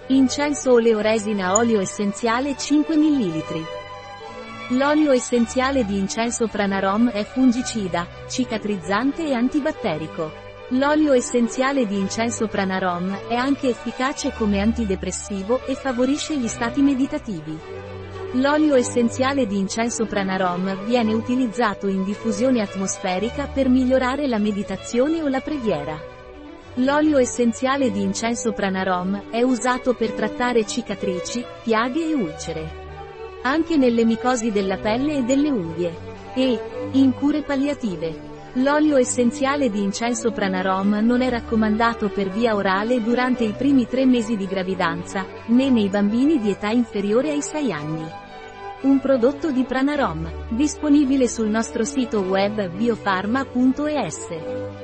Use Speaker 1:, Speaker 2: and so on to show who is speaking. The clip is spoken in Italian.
Speaker 1: Incenso oleoresina olio essenziale 5 ml. L'olio essenziale di incenso Pranarom è fungicida, cicatrizzante e antibatterico. L'olio essenziale di incenso Pranarom è anche efficace come antidepressivo e favorisce gli stati meditativi. L'olio essenziale di incenso Pranarom viene utilizzato in diffusione atmosferica per migliorare la meditazione o la preghiera. L'olio essenziale di incenso Pranarom è usato per trattare cicatrici, piaghe e ulcere. Anche nelle micosi della pelle e delle unghie. E, in cure palliative. L'olio essenziale di incenso Pranarom non è raccomandato per via orale durante i primi 3 mesi di gravidanza, né nei bambini di età inferiore ai 6 anni. Un prodotto di Pranarom, disponibile sul nostro sito web biofarma.es.